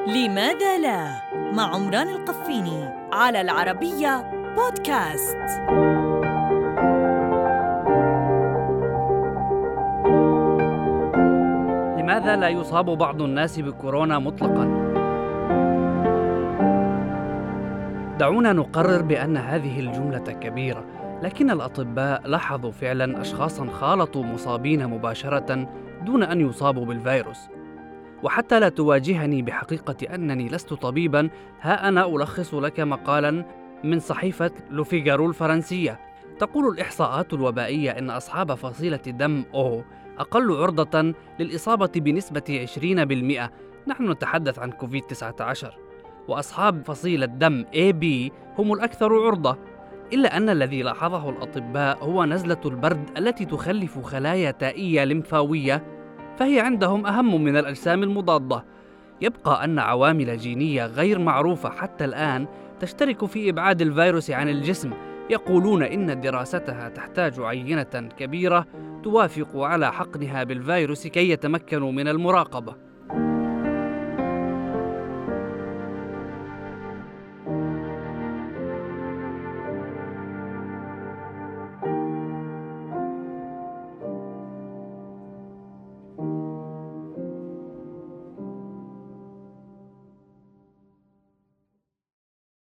لماذا لا؟ مع عمران القفيني على العربية بودكاست. لماذا لا يصاب بعض الناس بكورونا مطلقاً؟ دعونا نقرر بأن هذه الجملة كبيرة، لكن الأطباء لاحظوا فعلاً أشخاصاً خالطوا مصابين مباشرة دون أن يصابوا بالفيروس. وحتى لا تواجهني بحقيقة أنني لست طبيباً، ها أنا ألخص لك مقالاً من صحيفة لوفيغارو الفرنسية. تقول الإحصاءات الوبائية إن أصحاب فصيلة دم O أقل عرضة للإصابة بنسبة 20%. نحن نتحدث عن كوفيد-19. وأصحاب فصيلة دم AB هم الأكثر عرضة. إلا أن الذي لاحظه الأطباء هو نزلة البرد التي تخلف خلايا تائية لمفاوية، فهي عندهم أهم من الأجسام المضادة. يبقى أن عوامل جينية غير معروفة حتى الآن تشترك في إبعاد الفيروس عن الجسم. يقولون إن دراستها تحتاج عينة كبيرة توافق على حقنها بالفيروس كي يتمكنوا من المراقبة.